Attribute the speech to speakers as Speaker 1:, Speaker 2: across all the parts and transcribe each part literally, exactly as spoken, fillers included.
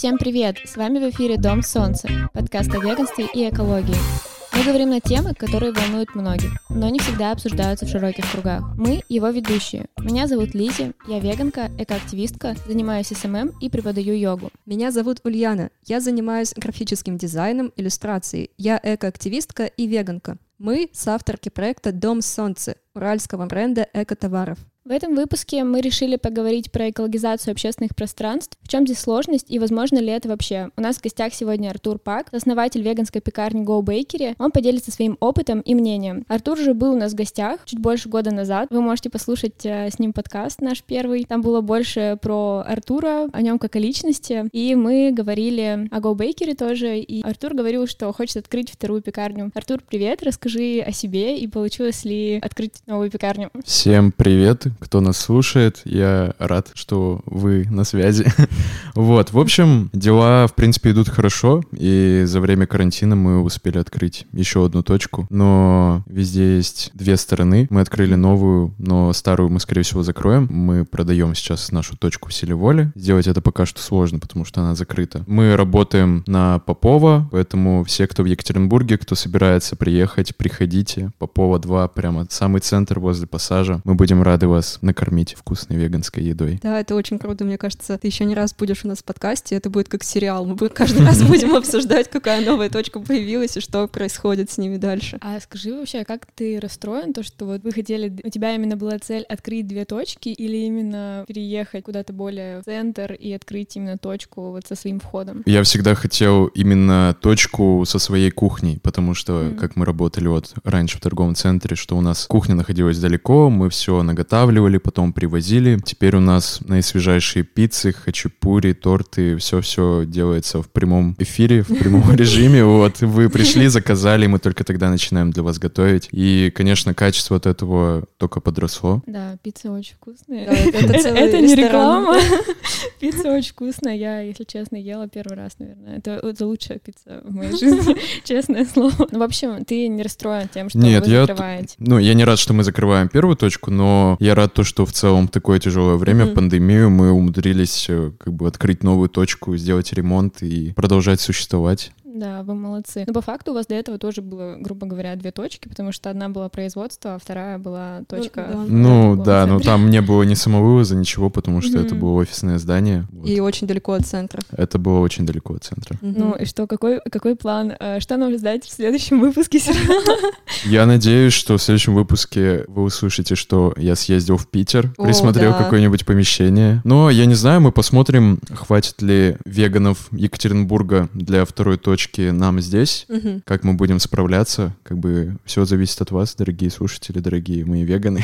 Speaker 1: Всем привет! С вами в эфире Дом Солнца, подкаст о веганстве и экологии. Мы говорим на темы, которые волнуют многих, но не всегда обсуждаются в широких кругах. Мы его ведущие. Меня зовут Лизи, я веганка, экоактивистка, занимаюсь эс эм эм и преподаю йогу.
Speaker 2: Меня зовут Ульяна, я занимаюсь графическим дизайном, иллюстрацией. Я экоактивистка и веганка. Мы соавторки проекта Дом Солнца, уральского бренда экотоваров.
Speaker 1: В этом выпуске мы решили поговорить про экологизацию общественных пространств, в чем здесь сложность и возможно ли это вообще. У нас в гостях сегодня Артур Пак, основатель веганской пекарни Go Bakery. Он поделится своим опытом и мнением. Артур же был у нас в гостях чуть больше года назад. Вы можете послушать э, с ним подкаст наш первый. Там было больше про Артура, о нем как о личности. И мы говорили о Go Bakery тоже. И Артур говорил, что хочет открыть вторую пекарню. Артур, привет, расскажи о себе и получилось ли открыть новую пекарню.
Speaker 3: Всем привет, кто нас слушает. Я рад, что вы на связи. Вот, в общем, дела, в принципе, идут хорошо, и за время карантина мы успели открыть еще одну точку, но везде есть две стороны. Мы открыли новую, но старую мы, скорее всего, закроем. Мы продаем сейчас нашу точку в Силе Воли. Сделать это пока что сложно, потому что она закрыта. Мы работаем на Попова, поэтому все, кто в Екатеринбурге, кто собирается приехать, приходите. Попова два, прямо самый центр возле пассажа. Мы будем рады вас накормить вкусной веганской едой.
Speaker 2: Да, это очень круто. Мне кажется, ты еще не раз будешь у нас в подкасте, это будет как сериал. Мы каждый раз будем обсуждать, какая новая точка появилась и что происходит с ними дальше.
Speaker 1: А скажи вообще, как ты расстроен, то, что вот вы хотели, у тебя именно была цель открыть две точки или именно переехать куда-то более в центр и открыть именно точку вот со своим входом?
Speaker 3: Я всегда хотел именно точку со своей кухней, потому что, mm. как мы работали вот раньше в торговом центре, что у нас кухня находилась далеко, мы все наготавливали, потом привозили. Теперь у нас наисвежайшие пиццы, хачапури, торты, все-все делается в прямом эфире, в прямом режиме. Вот, вы пришли, заказали, мы только тогда начинаем для вас готовить. И, конечно, качество от этого только подросло.
Speaker 1: Да, пицца очень вкусная. Это не реклама. Пицца очень вкусная. Я, если честно, ела первый раз, наверное. Это лучшая пицца в моей жизни, честное слово. Ну, в общем, ты не расстроен тем, что вы закрываете?
Speaker 3: Ну, я не рад, что мы закрываем первую точку, но я рад то, что в целом в такое тяжелое время, mm-hmm. в пандемию, мы умудрились как бы открыть новую точку, сделать ремонт и продолжать существовать.
Speaker 1: Да, вы молодцы. Но по факту у вас до этого тоже было, грубо говоря, две точки, потому что одна была производство, а вторая была точка.
Speaker 2: Ну,
Speaker 3: ну да, но там не было ни самовывоза, ничего, потому что mm-hmm. это было офисное здание. Вот.
Speaker 2: И очень далеко от центра.
Speaker 3: Это было очень далеко от центра.
Speaker 1: Mm-hmm. Ну и что, какой, какой план? Что нам ждать в следующем выпуске сериала?
Speaker 3: Я надеюсь, что в следующем выпуске вы услышите, что я съездил в Питер, О, присмотрел да. какое-нибудь помещение. Но я не знаю, мы посмотрим, хватит ли веганов Екатеринбурга для второй точки нам здесь, угу. как мы будем справляться, как бы все зависит от вас, дорогие слушатели, дорогие мои веганы.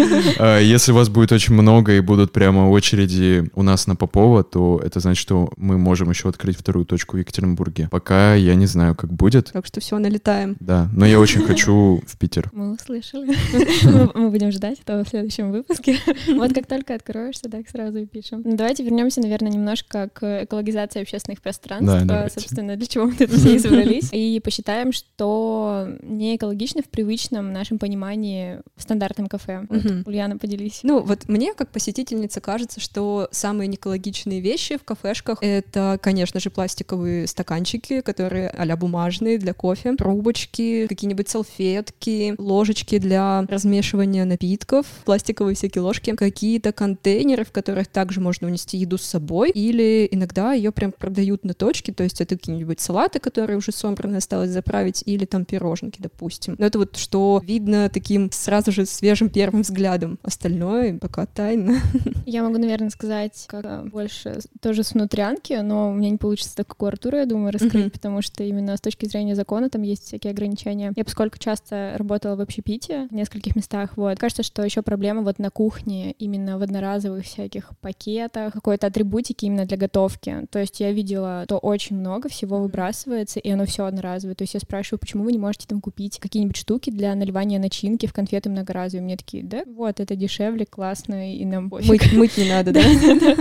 Speaker 3: Если вас будет очень много и будут прямо очереди у нас на Попова, то это значит, что мы можем еще открыть вторую точку в Екатеринбурге. Пока я не знаю, как будет.
Speaker 2: Так что все, налетаем.
Speaker 3: Да, но я очень хочу в Питер.
Speaker 1: Мы услышали. Мы будем ждать этого в следующем выпуске. Вот как только откроешься, так сразу и пишем. Давайте вернемся, наверное, немножко к экологизации общественных пространств. Собственно, для чего мы тут все собрались, и посчитаем, что не экологично в привычном нашем понимании в стандартном кафе. Вот, uh-huh. Ульяна, поделись.
Speaker 2: Ну, вот мне, как посетительнице, кажется, что самые неэкологичные вещи в кафешках — это, конечно же, пластиковые стаканчики, которые а-ля бумажные для кофе, трубочки, какие-нибудь салфетки, ложечки для размешивания напитков, пластиковые всякие ложки, какие-то контейнеры, в которых также можно унести еду с собой, или иногда ее прям продают на точке, то есть это какие-нибудь салаты, которые уже собраны, осталось заправить, или там пироженки, допустим. Но это вот что видно таким сразу же свежим первым взглядом. Остальное пока тайна.
Speaker 1: Я могу, наверное, сказать как больше тоже с внутрянки, но у меня не получится так, как у Артура, я думаю, раскрыть, mm-hmm. потому что именно с точки зрения закона там есть всякие ограничения. Я, поскольку часто работала в общепите в нескольких местах, вот, кажется, что еще проблема вот на кухне, именно в одноразовых всяких пакетах, какой-то атрибутики именно для готовки. То есть я видела, то очень много всего выбрасывают выбрасывается, и оно все одноразовое. То есть я спрашиваю, почему вы не можете там купить какие-нибудь штуки для наливания начинки в конфеты многоразовые? Мне такие, да, вот, это дешевле, классно, и нам пофиг.
Speaker 2: Мыть, мыть не надо, да?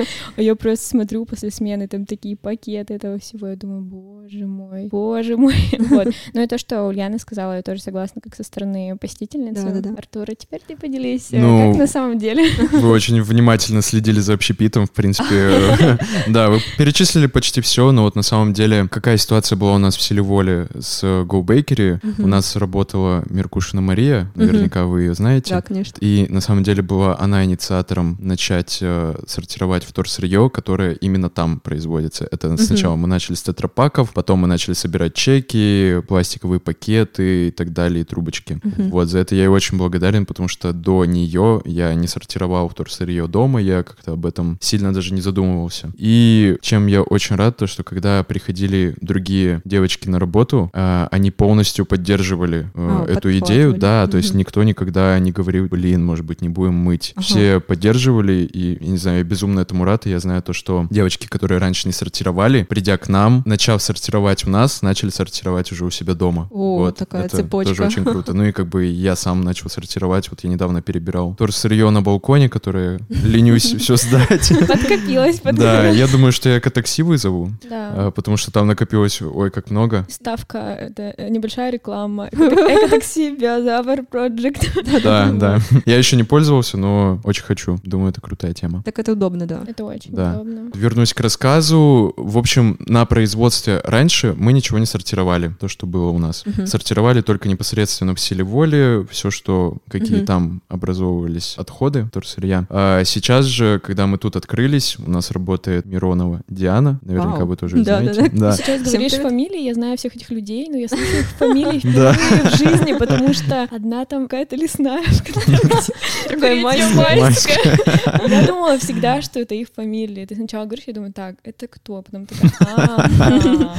Speaker 1: А я просто смотрю после смены, там такие пакеты этого всего, я думаю, боже мой, боже мой. Вот. Ну и то, что Ульяна сказала, я тоже согласна, как со стороны посетительницы.
Speaker 2: Да, да, да.
Speaker 1: Артура, теперь ты поделись,
Speaker 3: Ну,
Speaker 1: как на самом деле.
Speaker 3: Вы очень внимательно следили за общепитом, в принципе. Да, вы перечислили почти все, но вот на самом деле, какая ситуация была у нас в Селиволе с Go Bakery? У нас работала Меркушина Мария, наверняка вы ее знаете.
Speaker 2: Да, конечно.
Speaker 3: И на самом деле была она инициатором начать э, сортировать вторсырье, которое именно там производится. Это сначала мы начали с тетрапаков, потом мы начали собирать чеки, пластиковые пакеты и так далее, и трубочки. Вот, за это я ей очень благодарен, потому что до нее я не сортировал вторсырье дома, я как-то об этом сильно даже не задумывался. И чем я очень рад, то что когда приходили другие девочки на работу, э, они полностью поддерживали э,
Speaker 2: а,
Speaker 3: эту идею, да, то есть никто никогда не говорил, блин, может быть, не будем мыть.
Speaker 2: Ага.
Speaker 3: Все поддерживали, и, я не знаю, я безумно этому рад, и я знаю то, что девочки, которые раньше не сортировали, придя к нам, начав сортировать у нас, начали сортировать уже у себя дома.
Speaker 2: О,
Speaker 3: вот,
Speaker 2: такая
Speaker 3: это
Speaker 2: цепочка.
Speaker 3: тоже очень круто. Ну и как бы я сам начал сортировать, вот я недавно перебирал вторсырье на балконе, которое ленюсь все сдать.
Speaker 1: Подкопилась.
Speaker 3: Да, я думаю, что я экотакси вызову,
Speaker 1: Да.
Speaker 3: потому что там накопилось, ой, как много.
Speaker 1: Ставка, это небольшая реклама. Экотакси, Биозавр, Project.
Speaker 3: Да, да. Я еще не пользовался, но очень хочу. Думаю, это крутая тема.
Speaker 2: Так это удобно, да.
Speaker 1: Это очень
Speaker 3: Да.
Speaker 1: удобно.
Speaker 3: Вернусь к рассказу. В общем, на производстве раньше мы ничего не сортировали, то, что было у нас.
Speaker 2: Мгм.
Speaker 3: Сортировали только непосредственно в Селиволе, все, что, какие
Speaker 2: Мгм.
Speaker 3: там образовывались отходы вторсырья. А сейчас же, когда мы тут открылись, у нас работает Миронова Диана, наверняка
Speaker 2: Вау.
Speaker 3: вы тоже ее
Speaker 2: Да, да,
Speaker 3: знаете.
Speaker 2: да.
Speaker 1: Сейчас
Speaker 2: Всем
Speaker 1: говоришь
Speaker 2: привет.
Speaker 1: фамилии, я знаю всех этих людей, но я слышу их фамилии
Speaker 3: Да.
Speaker 1: впервые в жизни, потому что одна там какая-то лесная, другая
Speaker 2: майская.
Speaker 1: майская. Я думала всегда, что это их фамилии. Ты сначала говоришь, я думаю, так, это кто? Потом такая, «Ага,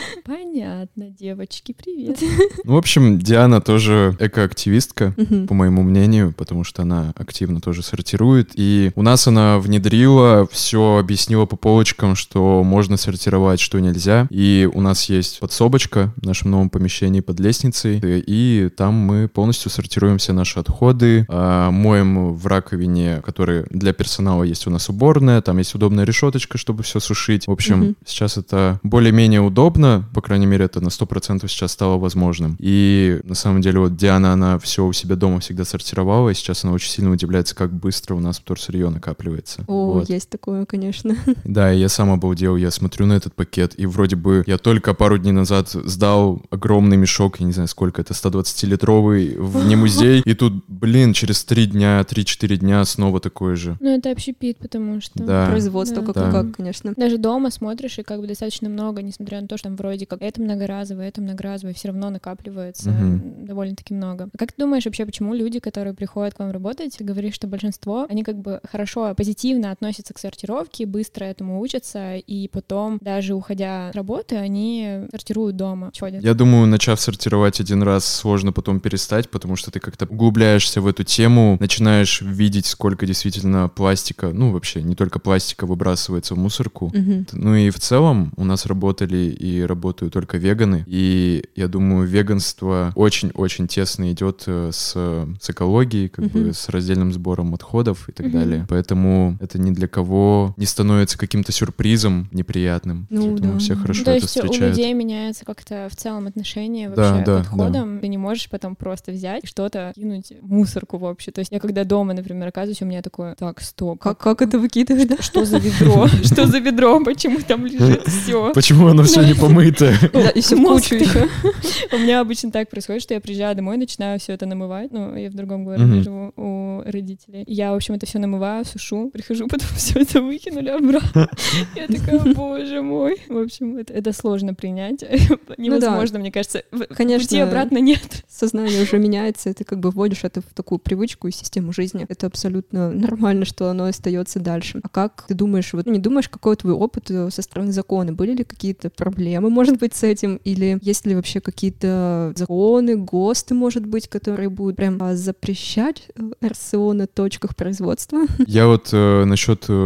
Speaker 1: понятно, девочки, привет.
Speaker 3: Ну, в общем, Диана тоже экоактивистка,
Speaker 2: Мгм.
Speaker 3: по моему мнению, потому что она активно тоже сортирует. И у нас она внедрила, все объяснила по полочкам, что можно сортировать, что нельзя. И у нас есть подсобочка в нашем новом помещении под лестницей. И там мы полностью сортируем все наши отходы, а, моем в раковине, который для персонала есть у нас уборная, там есть удобная решеточка, чтобы все сушить. В общем,
Speaker 2: Мгм.
Speaker 3: сейчас это более-менее удобно, по крайней мере, это на сто процентов сейчас стало возможным. И на самом деле вот Диана, она все у себя дома всегда сортировала, и сейчас она очень сильно удивляется, как быстро у нас вторсырье накапливается.
Speaker 2: О,
Speaker 3: Вот.
Speaker 2: есть такое, конечно.
Speaker 3: Да, и я сам обалдел, я смотрю на этот пакет, и вроде бы я только пару дней назад сдал огромный мешок, я не знаю сколько это, сто двадцатилитровый в немузей, и тут, блин, через три дня, три-четыре дня снова такое же.
Speaker 1: Ну, это общепит, потому что...
Speaker 3: Да.
Speaker 2: Производство
Speaker 1: Да.
Speaker 2: как,
Speaker 3: Да.
Speaker 2: как, конечно.
Speaker 1: Даже дома смотришь, и как бы достаточно много, несмотря на то, что там вроде как это многоразовое, это многоразовое, все равно накапливается
Speaker 3: Мгм.
Speaker 1: довольно-таки много. А как ты думаешь вообще, почему люди, которые приходят к вам работать, ты говоришь, что большинство, они как бы хорошо, позитивно относятся к сортировке, быстро этому учатся, и потом, даже уходя с работы, они сортируют дома. Чего
Speaker 3: Я думаю, начав сортировать один раз, сложно потом перестать, потому что ты как-то углубляешься в эту тему, начинаешь видеть, сколько действительно пластика, ну вообще не только пластика выбрасывается в мусорку.
Speaker 2: Мгм.
Speaker 3: Ну и в целом у нас работали и работают только веганы, и я думаю, веганство очень-очень тесно идет э, с, с экологией, как бы
Speaker 2: Мгм.
Speaker 3: с раздельным сбором отходов и так
Speaker 1: Мгм.
Speaker 3: далее. Поэтому это ни для кого не становится каким-то сюрпризом неприятным.
Speaker 2: Ну
Speaker 3: Поэтому
Speaker 2: да.
Speaker 3: все
Speaker 2: Ну,
Speaker 3: хорошо
Speaker 1: То
Speaker 3: это
Speaker 1: есть у
Speaker 3: встречают.
Speaker 1: людей меняется как-то в целом отношение
Speaker 3: Да,
Speaker 1: вообще
Speaker 3: да,
Speaker 1: к отходам. Ты не можешь потом просто взять и что-то кинуть в мусорку вообще. То есть я когда дома, например, оказываюсь, у меня такое, так, стоп,
Speaker 2: Как, как это выкидывать, да?
Speaker 1: что за ведро? Что за ведро? Почему там лежит все?
Speaker 3: Почему оно все не помытое?
Speaker 2: Да, и все в
Speaker 1: Мозг
Speaker 2: кучу еще.
Speaker 1: У меня обычно так происходит, что я приезжаю домой, начинаю все это намывать. Ну, я в другом городе
Speaker 3: Мгм.
Speaker 1: живу у родителей. Я, в общем, это все намываю, сушу, прихожу, потом все это выкинули обратно. Я такая, боже мой. В общем, это, это сложно принять. Невозможно, мне кажется. В-
Speaker 2: Конечно.
Speaker 1: Пути обратно нет.
Speaker 2: Сознание уже меняется, и ты как бы вводишь это в такую привычку и систему жизни. Это абсолютно нормально, что оно остается дальше. А как ты думаешь, вот не думаешь, какой твой опыт э, со стороны закона? Были ли какие-то проблемы, может быть, с этим? Или есть ли вообще какие-то законы, ГОСТы, может быть, которые будут прям а, запрещать э, эр эс о на точках производства?
Speaker 3: Я вот э, насчет э,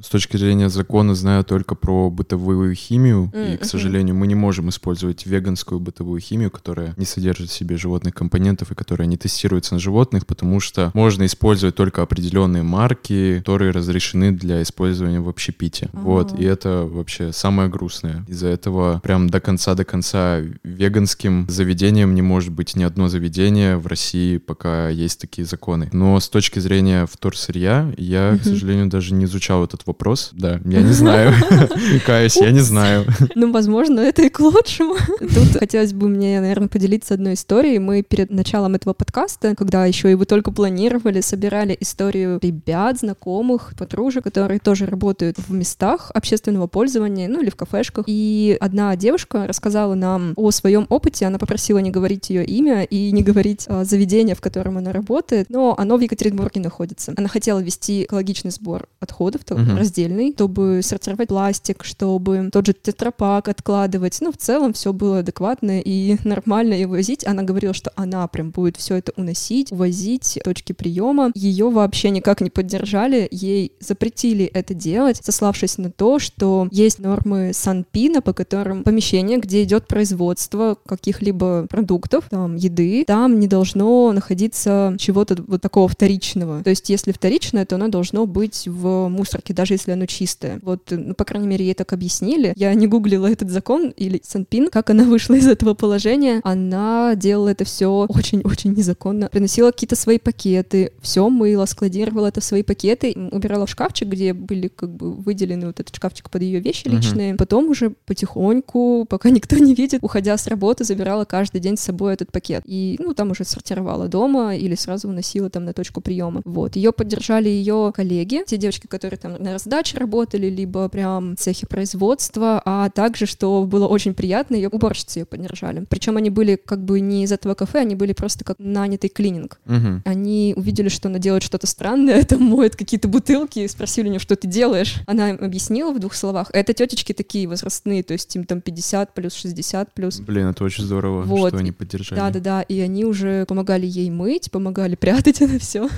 Speaker 3: С точки зрения закона знаю только про бытовую химию,
Speaker 2: Mm-hmm.
Speaker 3: и, к сожалению, мы не можем использовать веганскую бытовую химию, которая не содержит в себе животных компонентов и которая не тестируется на животных, потому что можно использовать только определенные марки, которые разрешены для использования в общепите.
Speaker 2: А-а-а.
Speaker 3: Вот, и это вообще самое грустное. Из-за этого прям до конца до конца веганским заведением не может быть ни одно заведение в России, пока есть такие законы. Но с точки зрения вторсырья, я, mm-hmm. к сожалению, даже не изучал этот вопрос. Да, я не знаю. Каюсь, я не знаю.
Speaker 2: Ну, возможно, это и к лучшему. Тут хотелось бы мне, наверное, поделиться одной историей. Мы перед началом этого подкаста, когда еще его только планировали, собирали историю ребят, знакомых, подружек, которые тоже работают в местах общественного пользования, ну или в кафешках. И одна девушка рассказала нам о своем опыте. Она попросила не говорить ее имя и не говорить а, заведение, в котором она работает, но оно в Екатеринбурге находится. Она хотела вести экологичный сбор отходов, uh-huh. раздельный, чтобы сортировать пластик, чтобы тот же тетрапак откладывать. Ну, в целом все было адекватно и нормально, и возить. Она говорила, что она прям будет все это уносить, увозить, точки приема. Ее вообще никак не поддержали, ей запретили это делать, сославшись на то, что есть нормы Санпина, по которым помещение, где идет производство каких-либо продуктов, там, еды, там не должно находиться чего-то вот такого вторичного. То есть, если вторичное, то оно должно быть в мусорке, даже если оно чистое. Вот, ну, по крайней мере, ей так объяснили. Я не гуглила этот закон или Санпин, как она вышла из этого положения. Она делала это все очень-очень незаконно. Приносила какие-то свои пакеты, все мыла, складировала это в свои пакеты, убирала в шкафчик, где были как бы выделены вот этот шкафчик под ее вещи личные. Uh-huh. Потом уже потихоньку, пока никто не видит, уходя с работы, забирала каждый день с собой этот пакет. И, ну, там уже сортировала дома или сразу уносила там на точку приема. Вот. Ее поддержали ее коллеги, те девочки, которые там на раздаче работали, либо прям в цехе производства, а также, что было очень приятно, ее уборщицы ее поддержали. Причем они были как бы не из этого кафе, они были просто как нанятый клининг. Uh-huh. Они увидели, что она делает что-то странное, там моет какие-то бутылки, и спросили у нее, что ты делаешь. Она им объяснила в двух словах. Это тетечки такие возрастные, то есть им там пятьдесят плюс, шестьдесят плюс.
Speaker 3: Блин, это очень здорово,
Speaker 2: вот.
Speaker 3: Что они поддержали.
Speaker 2: Да-да-да, и они уже помогали ей мыть, помогали прятать это все.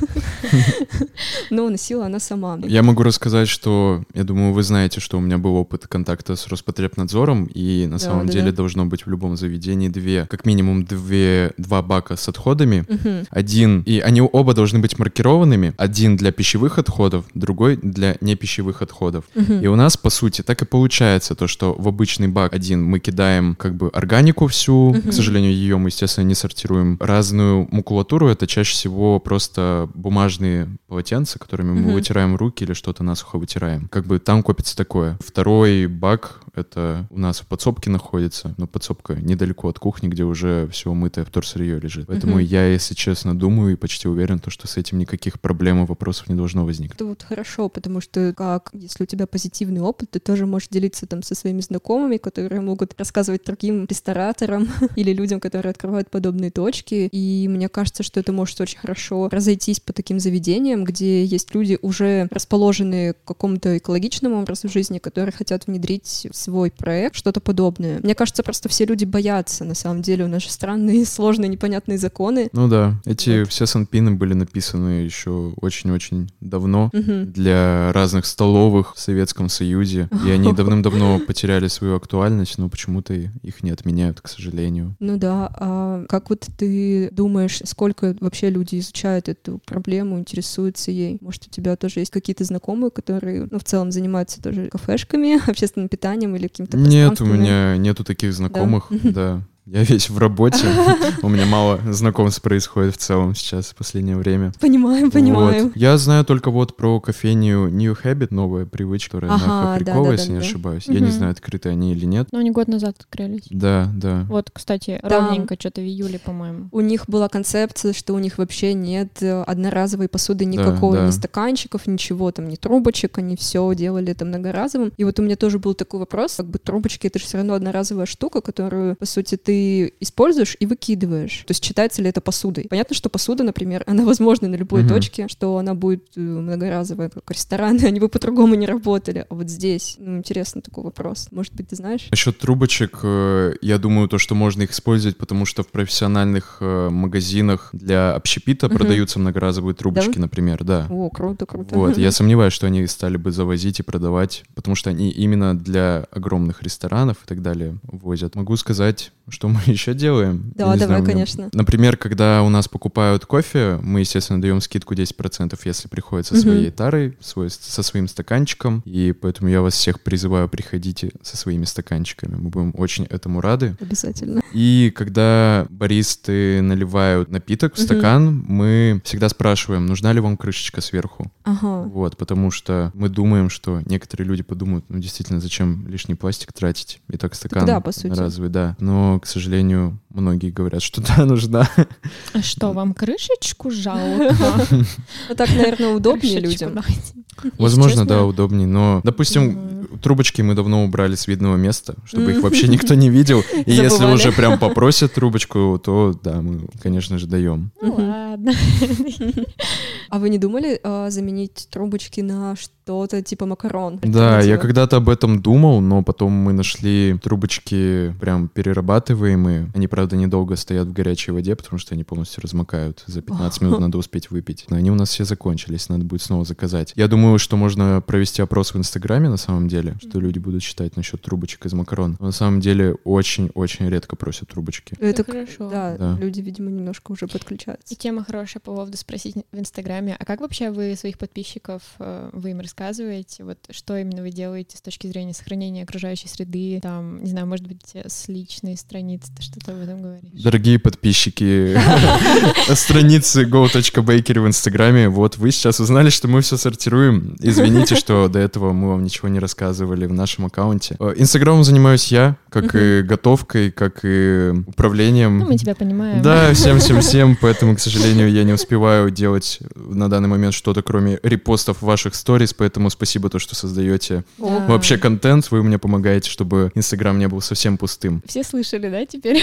Speaker 2: Но носила она сама.
Speaker 3: Я могу рассказать, что, я думаю, вы знаете, что у меня был опыт контакта с Роспотребнадзором, и на самом деле должно быть в любом заведении две, как минимум две, два бака с отходами. Один, и они оба должны быть маркированными. Один для пищевых отходов, другой для непищевых отходов. И у нас, по сути, так и получается то, что в обычный бак один мы кидаем как бы органику всю, к сожалению, ее мы, естественно, не сортируем. Разную макулатуру, это чаще всего просто бумажные полотенца, которыми мы вытираем руки или что-то насухо вытираем. Как бы там копится такое. Второй бак, это у нас в подсобке находится, но подсобка недалеко от кухни, где уже все мытое вторсырье лежит. Поэтому я, если честно, думаю и почти уверен, то, что с этим никаких проблем и вопросов не должно возникнуть.
Speaker 2: Это вот хорошо, потому что как, если у тебя позитивный опыт, ты тоже можешь делиться там со своими знакомыми, которые могут рассказывать другим рестораторам или людям, которые открывают подобные точки. И мне кажется, что это может очень хорошо разойтись по таким заведениям, где есть люди, уже расположенные к какому-то экологичному образу жизни, которые хотят внедрить в свой проект что-то подобное. Мне кажется, просто все люди боятся, на самом деле. У нас же странные, сложные, непонятные законы.
Speaker 3: Ну да, эти вот. Все санпины были написаны еще очень-очень давно угу. для разных столовых в Советском Союзе, и они давным-давно потеряли свою актуальность, но почему-то их не отменяют, к сожалению.
Speaker 2: Ну да, а как вот ты думаешь, сколько вообще люди изучают эту проблему, интересуются ей? Может, у тебя тоже есть какие-то знакомые, которые, ну, в целом занимаются тоже кафешками, общественным питанием или каким-то пространствами?
Speaker 3: Нет, у меня нету таких знакомых, да. да. Я весь в работе, у меня мало знакомств происходит в целом сейчас, в последнее время.
Speaker 2: Понимаем, понимаем.
Speaker 3: Вот. Я знаю только вот про кофейню New Habit, новая привычка, которая ага, на Хохрякова, да, да, если да, не да. ошибаюсь. Угу. Я не знаю, открыты они или нет.
Speaker 1: Но они год назад открылись.
Speaker 3: Да, да.
Speaker 1: Вот, кстати, да. ровненько, что-то в июле, по-моему.
Speaker 2: У них была концепция, что у них вообще нет одноразовой посуды никакого, да, да. ни стаканчиков, ничего, там, ни трубочек, они все делали это многоразовым. И вот у меня тоже был такой вопрос, как бы трубочки — это же все равно одноразовая штука, которую, по сути, ты ты используешь и выкидываешь. То есть считается ли это посудой? Понятно, что посуда, например, она возможна на любой
Speaker 3: Мгм.
Speaker 2: точке, что она будет э, многоразовая, как рестораны, они бы по-другому не работали. А вот здесь, ну, интересный такой вопрос. Может быть, ты знаешь?
Speaker 3: Насчет трубочек, э, я думаю, то, что можно их использовать, потому что в профессиональных э, магазинах для общепита
Speaker 2: Мгм.
Speaker 3: продаются многоразовые трубочки,
Speaker 2: Да?
Speaker 3: например, да.
Speaker 2: О, круто, круто.
Speaker 3: Вот, я сомневаюсь, что они стали бы завозить и продавать, потому что они именно для огромных ресторанов и так далее возят. Могу сказать, что мы еще делаем.
Speaker 2: Да,
Speaker 3: Я не
Speaker 2: давай,
Speaker 3: знаю, у меня-
Speaker 2: конечно.
Speaker 3: Например, когда у нас покупают кофе, мы, естественно, даем скидку десять процентов, если приходят со
Speaker 2: Мгм.
Speaker 3: своей тарой, свой- со своим стаканчиком, и поэтому я вас всех призываю, приходите со своими стаканчиками. Мы будем очень этому рады.
Speaker 2: Обязательно.
Speaker 3: И когда баристы наливают напиток в
Speaker 2: Мгм.
Speaker 3: стакан, мы всегда спрашиваем, нужна ли вам крышечка сверху.
Speaker 2: Ага.
Speaker 3: Вот, потому что мы думаем, что некоторые люди подумают, ну, действительно, зачем лишний пластик тратить? И так стакан
Speaker 2: да, по сути.
Speaker 3: одноразовый, да. Но, к сожалению, многие говорят, что да, нужна.
Speaker 1: А что, вам крышечку жалко?
Speaker 2: Ну так, наверное, удобнее
Speaker 1: Крышечку
Speaker 2: людям.
Speaker 1: дайте.
Speaker 3: Возможно,
Speaker 1: Если
Speaker 3: да,
Speaker 1: честно,
Speaker 3: удобнее, но, допустим, трубочки мы давно убрали с видного места, чтобы их
Speaker 2: Мгм.
Speaker 3: вообще никто не видел. И если
Speaker 2: Забывали.
Speaker 3: уже прям попросят трубочку, то да, мы, конечно же, даем.
Speaker 1: Ну
Speaker 2: Мгм.
Speaker 1: ладно.
Speaker 2: А вы не думали а, заменить трубочки на что-то типа макарон?
Speaker 3: Да, я
Speaker 2: Альтернатива?
Speaker 3: когда-то об этом думал, но потом мы нашли трубочки прям перерабатываемые. Они, правда, недолго стоят в горячей воде, потому что они полностью размокают. За пятнадцать минут надо успеть выпить. Но они у нас все закончились, надо будет снова заказать. Я думаю, что можно провести опрос в Инстаграме на самом деле, что люди будут считать насчет трубочек из макарон. Но на самом деле очень-очень редко просят трубочки.
Speaker 2: Это
Speaker 1: Это хорошо.
Speaker 2: Да,
Speaker 3: Да.
Speaker 2: люди, видимо, немножко уже
Speaker 1: И
Speaker 2: подключаются.
Speaker 1: тема хорошая по поводу спросить в Инстаграме. А как вообще вы своих подписчиков, э, вы им рассказываете? Вот что именно вы делаете с точки зрения сохранения окружающей среды? Там, не знаю, может быть, с личной страницы ты что-то об этом говоришь?
Speaker 3: Дорогие подписчики страницы go.bakery в Инстаграме, вот вы сейчас узнали, что мы все сортируем. Извините, что до этого мы вам ничего не рассказывали в нашем аккаунте. Э, Инстаграмом занимаюсь я, как и готовкой, как и управлением.
Speaker 1: Ну, мы тебя понимаем.
Speaker 3: Да, всем-всем-всем, поэтому, к сожалению, я не успеваю делать на данный момент что-то, кроме репостов ваших сторис, поэтому спасибо то, что создаете
Speaker 1: Да.
Speaker 3: вообще контент, вы мне помогаете, чтобы Инстаграм не был совсем пустым.
Speaker 1: Все слышали, да, теперь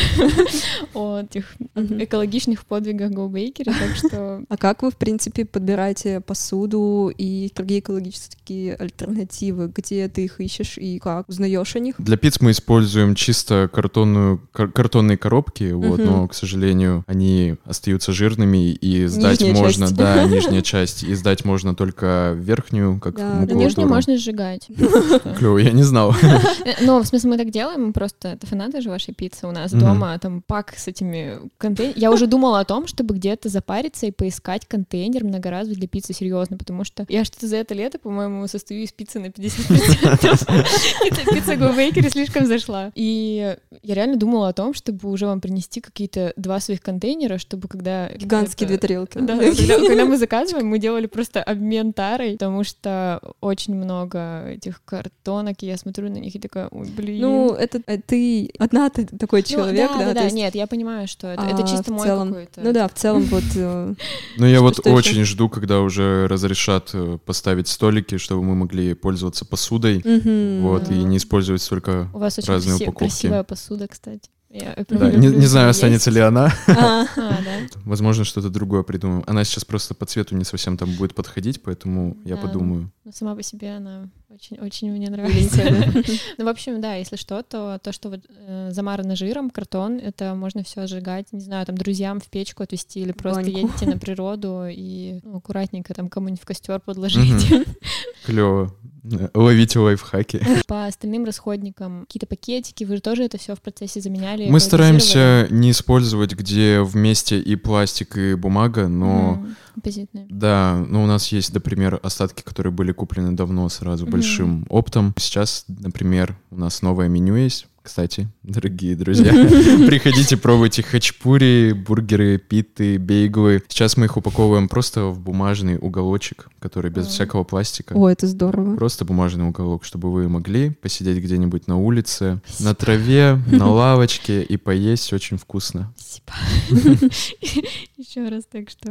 Speaker 1: о этих
Speaker 2: Мгм.
Speaker 1: экологичных подвигах Go Bakery, так что
Speaker 2: А как вы, в принципе, подбираете посуду и другие экологические альтернативы? Где ты их ищешь и как? Узнаешь о них?
Speaker 3: Для пиц мы используем чисто картонную, кар- картонные коробки, вот,
Speaker 2: Мгм.
Speaker 3: но, к сожалению, они остаются жирными, и сдать
Speaker 2: Нижняя
Speaker 3: можно,
Speaker 2: часть.
Speaker 3: да, нижняя часть, и сдать можно только верхнюю, как
Speaker 2: Да,
Speaker 1: на
Speaker 3: макулатуру.
Speaker 1: нижнюю можно сжигать.
Speaker 3: Клево, я не знал.
Speaker 1: Ну, в смысле, мы так делаем, мы просто, это фанаты же вашей пиццы у нас
Speaker 3: Мгм.
Speaker 1: дома, там пак с этими контейнерами. Я уже думала о том, чтобы где-то запариться и поискать контейнер многоразовый для пиццы, серьезно, потому что я что-то за это лето, по-моему, состою из пиццы на пятьдесят процентов. Пицца пицца Go Bakery слишком зашла. И я реально думала о том, чтобы уже вам принести какие-то два своих контейнера, чтобы когда...
Speaker 2: Гигантские две
Speaker 1: это-
Speaker 2: тарелки.
Speaker 1: Да, когда, когда мы заказываем, мы делали просто обмен тарой, потому что очень много этих картонок, и я смотрю на них и такая, ой, блин.
Speaker 2: Ну, это э, ты одна ты такой
Speaker 1: Ну,
Speaker 2: человек,
Speaker 1: да,
Speaker 2: да?
Speaker 1: да,
Speaker 2: то
Speaker 1: да,
Speaker 2: есть,
Speaker 1: нет, я понимаю, что это,
Speaker 2: а,
Speaker 1: это чисто
Speaker 2: в
Speaker 1: мой
Speaker 2: целом-
Speaker 1: какой-то.
Speaker 2: Ну да, в целом вот... э,
Speaker 3: Ну, я
Speaker 2: Что-
Speaker 3: вот
Speaker 2: что ещё?
Speaker 3: очень жду, когда уже разрешат э, поставить столики, чтобы мы могли пользоваться посудой,
Speaker 2: мгм.
Speaker 3: вот, и не использовать столько...
Speaker 1: У вас очень
Speaker 3: разные
Speaker 1: краси-
Speaker 3: упаковки.
Speaker 1: красивая посуда, кстати. Я
Speaker 3: Да,
Speaker 1: прям
Speaker 3: не,
Speaker 1: люблю
Speaker 3: не знаю,
Speaker 1: есть.
Speaker 3: останется ли она.
Speaker 2: А,
Speaker 1: А, да.
Speaker 3: Возможно, что-то другое придумаем. Она сейчас просто по цвету не совсем там будет подходить, поэтому я
Speaker 1: Да.
Speaker 3: подумаю.
Speaker 1: Но сама по себе она очень-очень мне нравится.
Speaker 2: Миленькая, да?
Speaker 1: Ну, в общем, да, если что, то то, что вот э, замарано жиром, картон, это можно все сжигать, не знаю, там друзьям в печку отвезти или просто
Speaker 2: Баньку.
Speaker 1: едете на природу и ну, аккуратненько там кому-нибудь в костер подложите.
Speaker 3: Мгм. Клево. Ловите лайфхаки.
Speaker 1: По остальным расходникам какие-то пакетики, вы же тоже это все в процессе заменяли?
Speaker 3: Мы
Speaker 1: экологизировали?
Speaker 3: стараемся не использовать, где вместе и пластик, и бумага, но...
Speaker 1: М, позитивные.
Speaker 3: Да, ну у нас есть, например, остатки, которые были куплены давно сразу
Speaker 1: Мгм.
Speaker 3: большим оптом. Сейчас, например, у нас новое меню есть. Кстати, дорогие друзья, приходите, пробуйте хачапури, бургеры, питты, бейглы. Сейчас мы их упаковываем просто в бумажный уголочек, который без
Speaker 1: Ой.
Speaker 3: всякого пластика.
Speaker 2: О, это здорово.
Speaker 3: Просто бумажный уголок, чтобы вы могли посидеть где-нибудь на улице, на траве, на лавочке и поесть очень вкусно.
Speaker 1: Спасибо. Еще раз, так что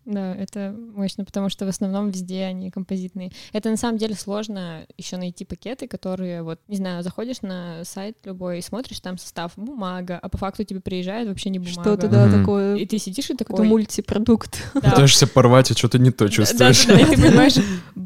Speaker 1: Да, это мощно, потому что в основном везде они композитные. Это на самом деле сложно еще найти пакеты, которые, вот, не знаю, заходишь на сайт любой и смотришь, там состав бумага, а по факту тебе приезжает вообще не бумага.
Speaker 2: Что-то, да,
Speaker 3: Мгм.
Speaker 2: такое.
Speaker 1: И ты сидишь и такой...
Speaker 2: Это мультипродукт.
Speaker 1: Да.
Speaker 3: Пытаешься порвать, а что-то не то чувствуешь.
Speaker 1: Да-да-да, и ты понимаешь,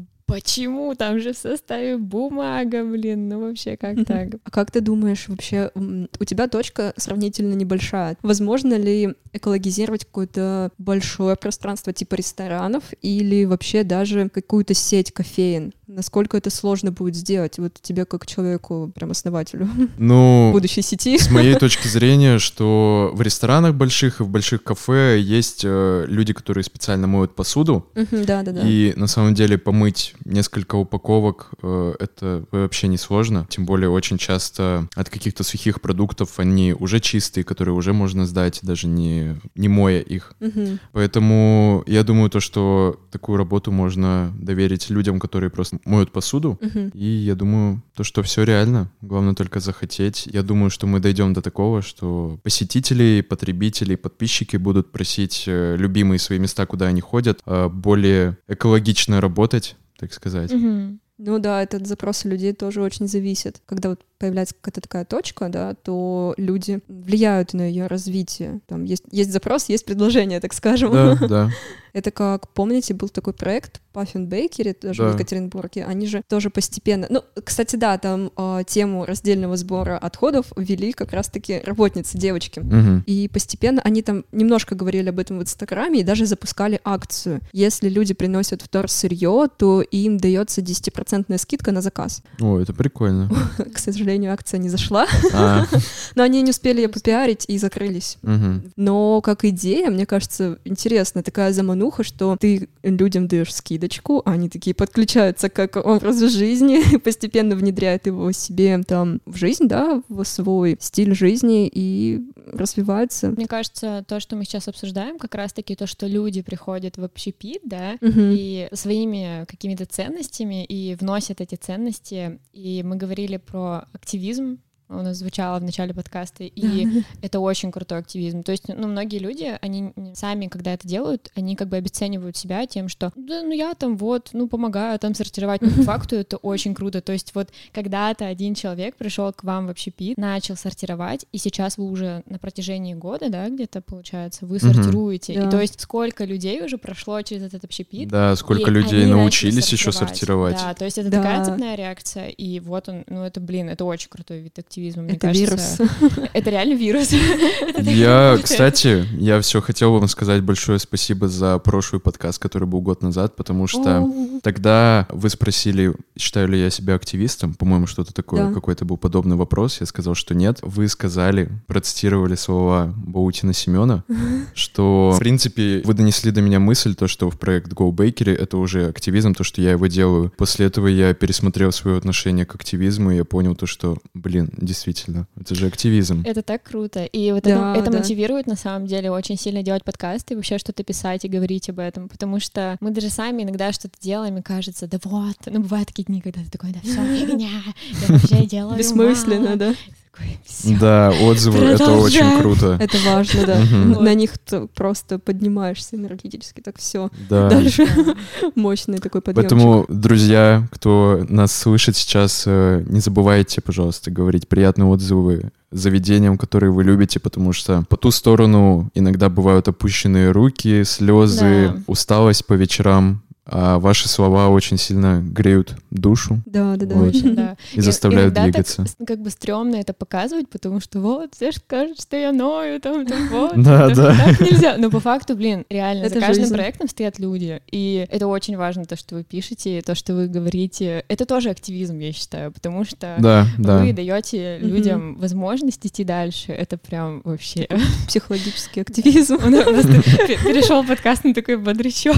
Speaker 1: почему там же в составе бумага, блин, ну вообще как так?
Speaker 2: А как ты думаешь, вообще, м, у тебя точка сравнительно небольшая. Возможно ли экологизировать какое-то большое пространство типа ресторанов или вообще даже какую-то сеть кофеен? Насколько это сложно будет сделать? Вот тебе как человеку, прям основателю
Speaker 3: Ну,
Speaker 2: будущей сети.
Speaker 3: с моей точки зрения, что в ресторанах больших и в больших кафе есть э, люди, которые специально моют посуду,
Speaker 2: Мгм, Да-да-да.
Speaker 3: и на самом деле помыть несколько упаковок э, это вообще не сложно. Тем более очень часто от каких-то сухих продуктов они уже чистые, которые уже можно сдать, даже не, не моя их.
Speaker 2: Мгм.
Speaker 3: Поэтому я думаю, то, что такую работу можно доверить людям, которые просто моют посуду.
Speaker 2: Мгм.
Speaker 3: И я думаю, то, что все реально. Главное только захотеть. Я думаю, что мы дойдем до такого, что посетители, потребители, подписчики будут просить э, любимые свои места, куда они ходят, э, более экологично работать, так сказать.
Speaker 1: Мгм.
Speaker 2: Ну да, этот запрос у людей тоже очень зависит. Когда вот появляется какая-то такая точка, да, то люди влияют на ее развитие. Там есть, есть запрос, есть предложение, так скажем.
Speaker 3: Да, да.
Speaker 2: Это как, помните, был такой проект Puffin Bakery, тоже
Speaker 3: Да.
Speaker 2: в Екатеринбурге. Они же тоже постепенно... Ну, кстати, да, там э, тему раздельного сбора отходов ввели как раз-таки работницы, девочки.
Speaker 3: Мгм.
Speaker 2: И постепенно они там немножко говорили об этом в Инстаграме и даже запускали акцию. Если люди приносят вторсырье, то им дается десятипроцентная скидка на заказ.
Speaker 3: О, это прикольно.
Speaker 2: К сожалению, акция не зашла,
Speaker 3: А,
Speaker 2: но они не успели ее попиарить и закрылись.
Speaker 3: мгм.
Speaker 2: Но как идея, мне кажется, интересно, такая замануха, что ты людям даешь скидочку, а они такие подключаются к образу жизни, постепенно внедряют его себе там в жизнь, да, в свой стиль жизни и развиваются.
Speaker 1: Мне кажется, то, что мы сейчас обсуждаем, как раз-таки то, что люди приходят в общепит, да,
Speaker 2: Мгм.
Speaker 1: и своими какими-то ценностями и вносят эти ценности. И мы говорили про активизм, у нас звучало в начале подкаста, и это очень крутой активизм. То есть, ну, многие люди, они сами, когда это делают, они как бы обесценивают себя тем, что да, ну я там вот, ну помогаю там сортировать, но по факту это очень круто. То есть вот когда-то один человек пришел к вам в общепит, начал сортировать, и сейчас вы уже на протяжении года, да, где-то получается, вы
Speaker 3: Мгм.
Speaker 1: сортируете.
Speaker 2: Да.
Speaker 1: И то есть сколько людей уже прошло через этот общепит,
Speaker 3: Да, сколько
Speaker 1: и
Speaker 3: людей
Speaker 1: они
Speaker 3: научились
Speaker 1: начали
Speaker 3: еще сортировать.
Speaker 1: Да, то есть это
Speaker 2: Да.
Speaker 1: такая цепная реакция, и вот он, ну это, блин, это очень крутой вид активизма, мне
Speaker 2: Это
Speaker 1: кажется.
Speaker 2: вирус.
Speaker 1: Это реально вирус. Это так
Speaker 3: Я,
Speaker 1: работает.
Speaker 3: кстати, я все хотел вам сказать большое спасибо за прошлый подкаст, который был год назад, потому что
Speaker 2: О,
Speaker 3: тогда вы спросили, считаю ли я себя активистом, по-моему, что-то такое,
Speaker 2: Да.
Speaker 3: какой-то был подобный вопрос, я сказал, что нет. Вы сказали, процитировали слова Баутина Семена, что, в принципе, вы донесли до меня мысль, то, что в проект Go Bakery это уже активизм, то, что я его делаю. После этого я пересмотрел свое отношение к активизму, и я понял то, что, блин, действительно, это же активизм.
Speaker 1: Это так круто. И вот
Speaker 2: Да,
Speaker 1: это, это
Speaker 2: да.
Speaker 1: мотивирует, на самом деле, очень сильно делать подкасты и вообще что-то писать и говорить об этом. Потому что мы даже сами иногда что-то делаем, и кажется, да вот, ну бывают такие дни, когда ты такой, да все фигня, я вообще делаю
Speaker 2: бессмысленно,
Speaker 1: мало.
Speaker 2: да.
Speaker 1: Такой, «Всё».
Speaker 3: Да, отзывы — это очень
Speaker 1: Продолжаем.
Speaker 3: круто.
Speaker 2: Это важно, да.
Speaker 3: Мгм.
Speaker 2: На них т- просто поднимаешься энергетически, так все.
Speaker 3: Да.
Speaker 2: Дальше
Speaker 1: Да.
Speaker 2: мощный такой подъемчик.
Speaker 3: Поэтому, друзья, кто нас слышит сейчас, э, не забывайте, пожалуйста, говорить приятные отзывы заведениям, которые вы любите, потому что по ту сторону иногда бывают опущенные руки, слезы,
Speaker 1: Да.
Speaker 3: усталость по вечерам, а ваши слова очень сильно греют душу
Speaker 2: Да, да, да.
Speaker 3: Вот.
Speaker 1: Очень, да.
Speaker 3: и заставляют
Speaker 1: иногда
Speaker 3: двигаться.
Speaker 1: Так, с- как бы стрёмно это показывать, потому что вот, все же скажут, что я ною, там, там, вот.
Speaker 3: Да,
Speaker 1: так,
Speaker 3: да.
Speaker 1: так нельзя. Но по факту, блин, реально,
Speaker 2: Это
Speaker 1: за каждым
Speaker 2: жизнь.
Speaker 1: проектом стоят люди. И это очень важно, то, что вы пишете, то, что вы говорите. Это тоже активизм, я считаю, потому что
Speaker 3: Да, да.
Speaker 1: вы даете
Speaker 2: Мгм.
Speaker 1: людям возможность идти дальше. Это прям вообще...
Speaker 2: Психологический активизм.
Speaker 1: Он просто перешел подкаст на такой бодрячок.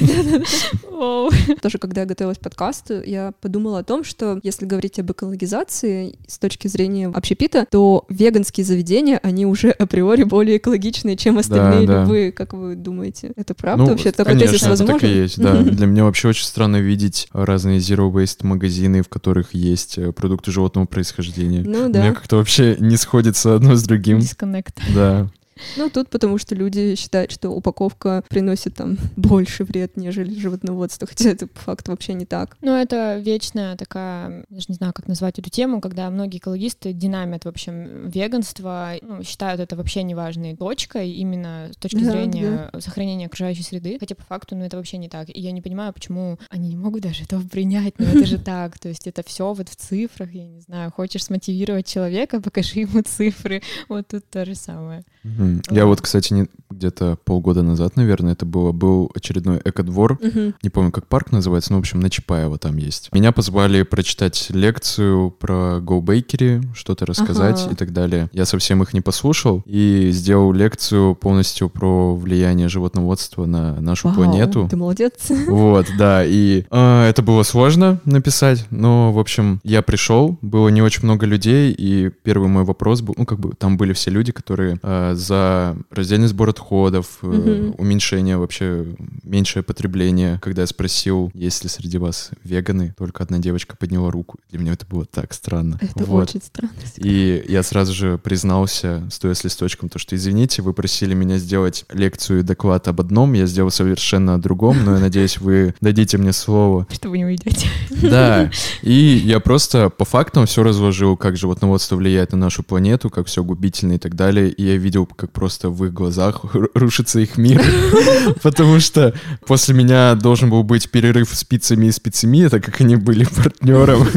Speaker 1: Воу.
Speaker 2: Тоже, когда я готовилась к подкасту, я подумала о том, что если говорить об экологизации с точки зрения общепита, то веганские заведения, они уже априори более экологичные, чем остальные
Speaker 3: да.
Speaker 2: любые. Как вы думаете? Это правда
Speaker 3: Ну,
Speaker 2: вообще? Такой
Speaker 3: конечно,
Speaker 2: тезис
Speaker 3: это
Speaker 2: возможен?
Speaker 3: так и есть, да.
Speaker 2: Мгм.
Speaker 3: Для меня вообще очень странно видеть разные zero waste магазины, в которых есть э, продукты животного происхождения.
Speaker 2: Ну
Speaker 3: У меня
Speaker 2: да.
Speaker 3: как-то вообще не сходится одно с другим.
Speaker 1: Дисконнект.
Speaker 3: Да.
Speaker 2: Ну, тут потому что люди считают, что упаковка приносит там больше вред, нежели животноводство, хотя это по факту вообще не так.
Speaker 1: Ну, это вечная такая, даже не знаю, как назвать эту тему, когда многие экологисты динамят, в общем, веганство, ну, считают это вообще неважной точкой именно с точки
Speaker 2: да,
Speaker 1: зрения
Speaker 2: да.
Speaker 1: сохранения окружающей среды, хотя по факту, ну, это вообще не так. И я не понимаю, почему они не могут даже этого принять, но это же так, то есть это все вот в цифрах, я не знаю, хочешь смотивировать человека, покажи ему цифры, вот тут то же самое.
Speaker 3: Mm-hmm. Я вот, кстати, не, где-то полгода назад, наверное, это было, был очередной экодвор,
Speaker 2: mm-hmm.
Speaker 3: не помню, как парк называется, но, в общем, на Чапаева там есть. Меня позвали прочитать лекцию про Go Bakery, что-то рассказать
Speaker 2: ага.
Speaker 3: и так далее. Я совсем их не послушал и сделал лекцию полностью про влияние животноводства на нашу
Speaker 2: Вау,
Speaker 3: планету.
Speaker 2: Ты молодец.
Speaker 3: Вот, да, и э, это было сложно написать, но, в общем, я пришел, было не очень много людей, и первый мой вопрос был, ну, как бы, там были все люди, которые э, за раздельный сбор отходов, э,
Speaker 2: Mm-hmm.
Speaker 3: уменьшение вообще, меньшее потребление. Когда я спросил, есть ли среди вас веганы, только одна девочка подняла руку. Для меня это было так странно.
Speaker 2: Это
Speaker 3: вот.
Speaker 2: очень странно.
Speaker 3: И я сразу же признался, стоя с листочком, то, что, извините, вы просили меня сделать лекцию и доклад об одном, я сделал совершенно о другом, но я надеюсь, вы дадите мне слово.
Speaker 1: Что вы не уйдете.
Speaker 3: Да, и я просто по фактам все разложил, как животноводство влияет на нашу планету, как все губительно и так далее, и я видел, как просто в их глазах рушится их мир, потому что после меня должен был быть перерыв с пиццами и спецами, так как они были партнером.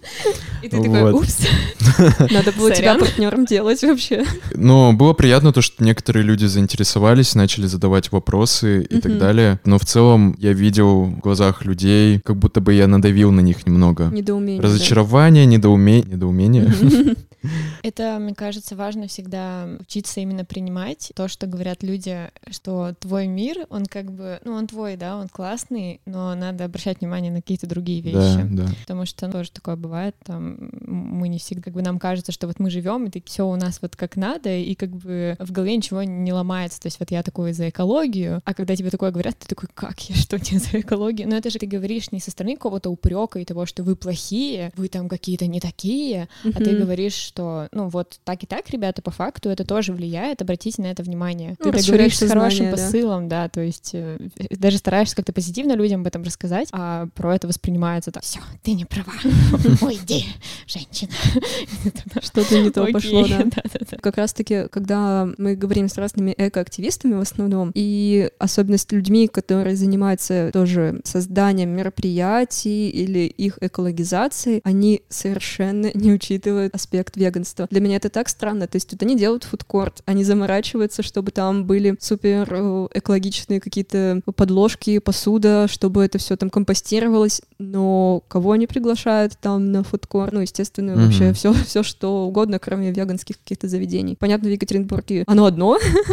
Speaker 2: И ты такой,
Speaker 3: Вот.
Speaker 2: упс, надо было тебя партнером делать вообще.
Speaker 3: Но было приятно то, что некоторые люди заинтересовались, начали задавать вопросы и так
Speaker 2: Мгм.
Speaker 3: далее. Но в целом я видел в глазах людей, как будто бы я надавил на них немного.
Speaker 2: Недоумение. да.
Speaker 3: Разочарование, недоуме... недоумение.
Speaker 2: Мгм.
Speaker 1: Это, мне кажется, важно всегда учиться именно принимать то, что говорят люди, что твой мир, он как бы, ну, он твой, да, он классный, но надо обращать внимание на какие-то другие
Speaker 3: Да,
Speaker 1: вещи.
Speaker 3: да.
Speaker 1: Потому что тоже такое бывает, там, мы не всегда, как бы нам кажется, что вот мы живем, и все у нас вот как надо, и как бы в голове ничего не ломается. То есть вот я такой за экологию, а когда тебе такое говорят, ты такой, как я, что не за экологию? Но это же ты говоришь не со стороны какого-то упрека и того, что вы плохие, вы там какие-то не такие, а ты
Speaker 2: Мгм.
Speaker 1: говоришь, что, ну, вот так и так, ребята, по факту это тоже влияет, обратите на это внимание.
Speaker 2: Ну,
Speaker 1: Ты это
Speaker 2: расширяешь
Speaker 1: говоришь с хорошим
Speaker 2: сознание, да.
Speaker 1: посылом, да, то есть э, даже стараешься как-то позитивно людям об этом рассказать, а про это воспринимается так: все, ты не права, уйди, женщина.
Speaker 2: Что-то не то
Speaker 1: Окей,
Speaker 2: пошло, да.
Speaker 1: да-да-да.
Speaker 2: Как раз-таки, когда мы говорим с разными экоактивистами в основном, и особенно с людьми, которые занимаются тоже созданием мероприятий или их экологизацией, они совершенно не учитывают аспект веганства. Для меня это так странно. То есть вот они делают фудкорт, они заморачиваются, чтобы там были супер э, экологичные какие-то подложки, посуда, чтобы это все там компостировалось, но кого они приглашают там на фудкорт? Ну, естественно,
Speaker 3: Мгм.
Speaker 2: вообще все, все что угодно, кроме веганских каких-то заведений. Понятно, в Екатеринбурге оно одно.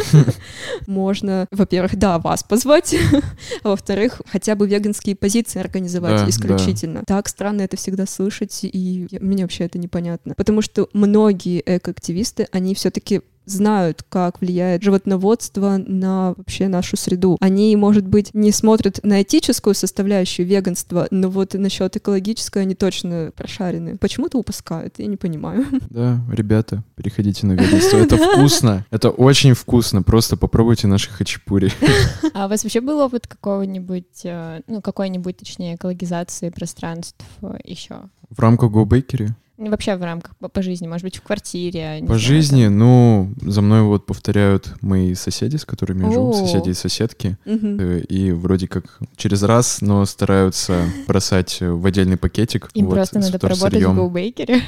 Speaker 2: Можно, во-первых, да, вас позвать, а во-вторых, хотя бы веганские позиции организовать
Speaker 3: Да,
Speaker 2: исключительно. Так странно это всегда слышать, и я- мне вообще это непонятно. Потому что многие экоактивисты, они все-таки знают, как влияет животноводство на вообще нашу среду. Они, может быть, не смотрят на этическую составляющую веганства, но вот насчет экологической они точно прошарены. Почему-то упускают, я не понимаю.
Speaker 3: Да, ребята, переходите на веганство. Это вкусно. Это очень вкусно. Просто попробуйте наши хачапури.
Speaker 1: А у вас вообще был опыт какого-нибудь, э, ну, какой-нибудь, точнее, экологизации пространств еще?
Speaker 3: В рамках Go Bakery?
Speaker 1: Ну, вообще в рамках по, по жизни, может быть, в квартире. не
Speaker 3: По
Speaker 1: знаю,
Speaker 3: жизни,
Speaker 1: там.
Speaker 3: ну, за мной вот повторяют мои соседи, с которыми я живу,
Speaker 1: О.
Speaker 3: соседи и соседки.
Speaker 2: Мгм.
Speaker 3: Э, И вроде как через раз, но стараются бросать в отдельный пакетик.
Speaker 1: Им
Speaker 3: вот,
Speaker 1: просто
Speaker 3: с
Speaker 1: надо поработать в
Speaker 3: вторсырьем.
Speaker 1: Go Bakery.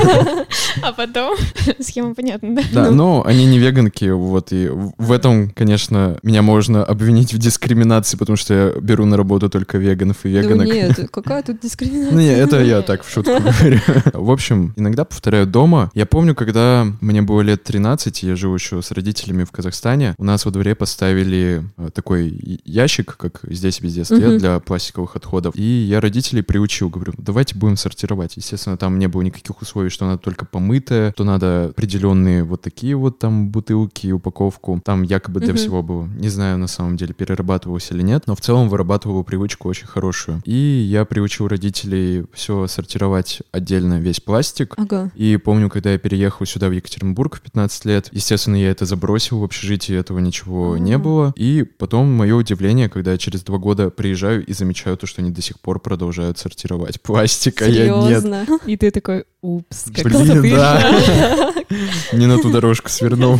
Speaker 1: А потом схема понятна, да?
Speaker 3: Да, но они не веганки, вот, и в в этом, конечно, меня можно обвинить в дискриминации, потому что я беру на работу только веганов и
Speaker 2: Ну
Speaker 3: веганок.
Speaker 2: нет, какая тут дискриминация?
Speaker 3: Ну, не, это я так в шутку говорю. В общем, иногда повторяю дома. Я помню, когда мне было лет тринадцать, я жил еще с родителями в Казахстане, у нас во дворе поставили э, такой и- ящик, как здесь везде стоят,
Speaker 2: Мгм.
Speaker 3: для пластиковых отходов. И я родителей приучил, говорю, давайте будем сортировать. Естественно, там не было никаких условий, что надо только по помытое, то надо определенные вот такие вот там бутылки и упаковку. Там якобы для uh-huh. всего было. Не знаю, на самом деле, перерабатывалось или нет, но в целом вырабатывал привычку очень хорошую. И я приучил родителей все сортировать отдельно, весь пластик.
Speaker 2: Ага.
Speaker 3: И помню, когда я переехал сюда, в Екатеринбург, в пятнадцать лет, естественно, я это забросил в общежитии, этого ничего uh-huh. не было. И потом мое удивление, когда я через два года приезжаю и замечаю то, что они до сих пор продолжают сортировать пластик, а я нет.
Speaker 1: И ты такой, упс, как
Speaker 3: Блин, да. Не на ту дорожку свернул.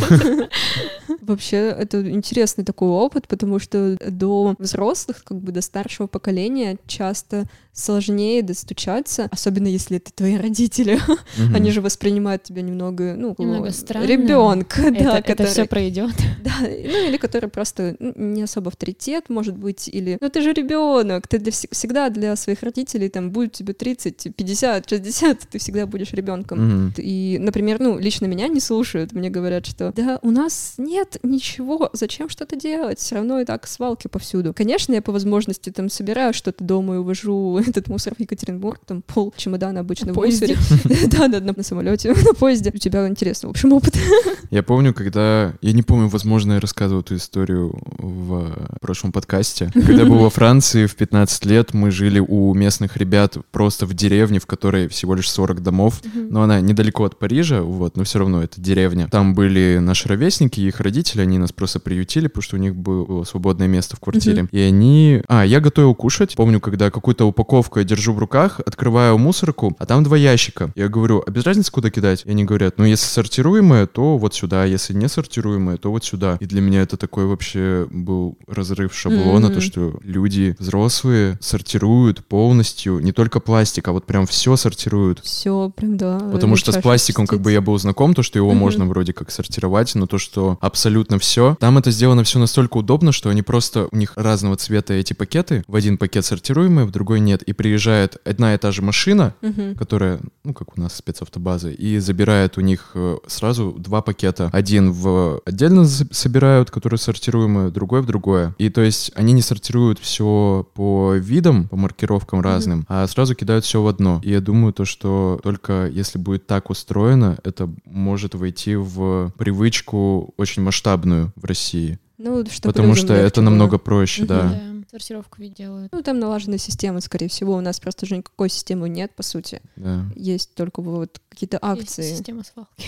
Speaker 2: Вообще, это интересный такой опыт, потому что до взрослых, как бы до старшего поколения часто сложнее достучаться, особенно если это твои родители. Mm-hmm. Они же воспринимают тебя немного, ну,
Speaker 1: немного странно.
Speaker 2: Ребенка,
Speaker 1: это,
Speaker 2: да,
Speaker 1: это
Speaker 2: который...
Speaker 1: все пройдет.
Speaker 2: Да, ну или который просто не особо авторитет, может быть, или ну ты же ребенок, ты для, всегда для своих родителей там будет тебе тридцать, пятьдесят, шестьдесят, ты всегда будешь ребенком. Mm-hmm. И, например, ну лично меня не слушают, мне говорят, что да, у нас нет ничего, зачем что-то делать, все равно и так свалки повсюду. Конечно, я по возможности там собираю что-то дома и увожу этот мусор в Екатеринбург, там пол чемодана обычно в мусоре. Да, да, на самолете, на поезде. У тебя интересный, в общем, опыт.
Speaker 3: Я помню, когда... Я не помню, возможно, я рассказывал эту историю в прошлом подкасте. Когда был во Франции в пятнадцать лет, мы жили у местных ребят просто в деревне, в которой всего лишь сорок домов, но она недалеко от Парижа, вот, но все равно это деревня. Там были наши ровесники и их родители, они нас просто приютили, потому что у них было свободное место в квартире. И они... А, я готовил кушать. Помню, когда какую-то упаковку я держу в руках, открываю мусорку, а там два ящика. Я говорю, а без разницы, куда кидать? И они говорят, ну, если сортируемое, то вот сюда, если не сортируемое, то вот сюда. И для меня это такой вообще был разрыв шаблона, mm-hmm. то, что люди взрослые сортируют полностью не только пластик, а вот прям все сортируют.
Speaker 2: Все, прям, да.
Speaker 3: Потому что с пластиком как бы я был знаком, то, что его mm-hmm. можно вроде как сортировать, но то, что абсолютно все. Там это сделано все настолько удобно, что они просто, у них разного цвета эти пакеты, в один пакет сортируемые, в другой нет, и приезжает одна и та же машина, uh-huh. которая, ну, как у нас спецавтобазы, и забирает у них сразу два пакета. Один в отдельно собирают, который сортируемый, другой в другое. И то есть они не сортируют все по видам, по маркировкам uh-huh. разным, а сразу кидают все в одно. И я думаю, то, что только если будет так устроено, это может войти в привычку очень масштабную в России.
Speaker 2: Ну,
Speaker 3: потому что это было. Намного проще, uh-huh. да.
Speaker 1: да. Сортировку ведь делают.
Speaker 2: Ну, там налаженная система, скорее всего. У нас просто же никакой системы нет, по сути.
Speaker 3: Да.
Speaker 2: Есть только вот какие-то акции.
Speaker 1: Есть система свалки.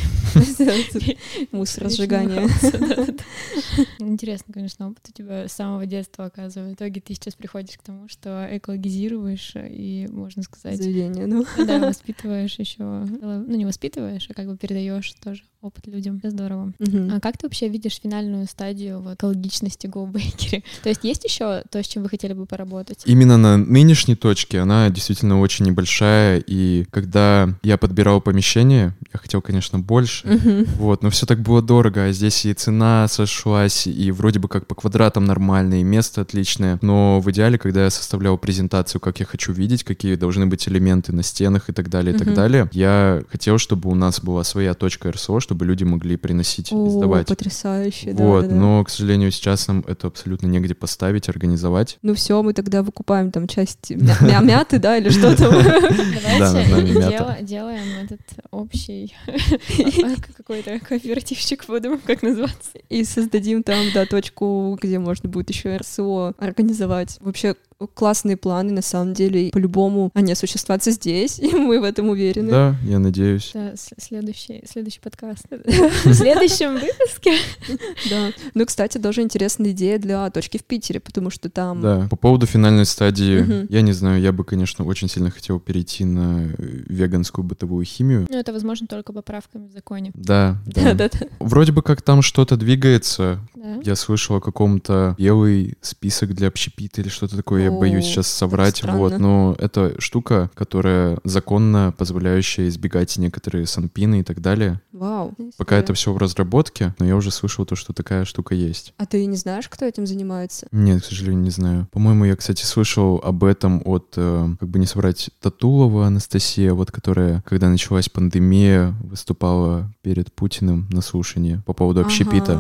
Speaker 2: Мусоросжигания.
Speaker 1: Интересно, конечно, опыт у тебя с самого детства, оказывается. В итоге ты сейчас приходишь к тому, что экологизируешь и, можно сказать...
Speaker 2: Заведение, ну.
Speaker 1: Да, воспитываешь еще... Ну, не воспитываешь, а как бы передаешь тоже опыт людям. Это здорово. А как ты вообще видишь финальную стадию вот, экологичности Go Bakery? То есть есть еще то, с чем вы хотели бы поработать?
Speaker 3: Именно на нынешней точке она действительно очень небольшая, и когда я подбирал помещение, я хотел, конечно, больше, uh-huh. вот, но все так было дорого, а здесь и цена сошлась, и вроде бы как по квадратам нормально, и место отличное, но в идеале, когда я составлял презентацию, как я хочу видеть, какие должны быть элементы на стенах и так далее, и uh-huh. так далее, я хотел, чтобы у нас была своя точка эр эс о, чтобы люди могли приносить
Speaker 2: О,
Speaker 3: и сдавать.
Speaker 2: Потрясающе,
Speaker 3: вот,
Speaker 2: да, да,
Speaker 3: но, к сожалению, сейчас нам это абсолютно негде поставить, организовать.
Speaker 2: Ну все, мы тогда выкупаем там часть мя- мяты, да, или что-то.
Speaker 1: Давайте делаем этот общий какой-то кооперативчик, подумаем, как называться.
Speaker 2: И создадим там, да, точку, где можно будет еще эр эс о организовать. Вообще классные планы, на самом деле, по-любому они осуществятся здесь, и мы в этом уверены.
Speaker 3: Да, я надеюсь.
Speaker 1: Да, следующий, следующий подкаст. В следующем выпуске.
Speaker 2: Да. Ну, кстати, тоже интересная идея для точки в Питере, потому что там...
Speaker 3: Да, по поводу финальной стадии, я не знаю, я бы, конечно, очень сильно хотел перейти на веганскую бытовую химию.
Speaker 1: Ну, это возможно только поправками в законе.
Speaker 3: Да, да. Вроде бы как там что-то двигается. Я слышал о каком-то белый список для общепита или что-то такое. Я боюсь сейчас соврать, вот, но это штука, которая законно позволяющая избегать некоторые санпины и так далее.
Speaker 2: Вау.
Speaker 3: Пока это все в разработке, но я уже слышал то, что такая штука есть.
Speaker 2: А ты не знаешь, кто этим занимается?
Speaker 3: Нет, к сожалению, не знаю. По-моему, я, кстати, слышал об этом от, как бы не соврать, Татулова Анастасия, вот, которая, когда началась пандемия, выступала перед Путиным на слушании по поводу общепита.
Speaker 2: Ага.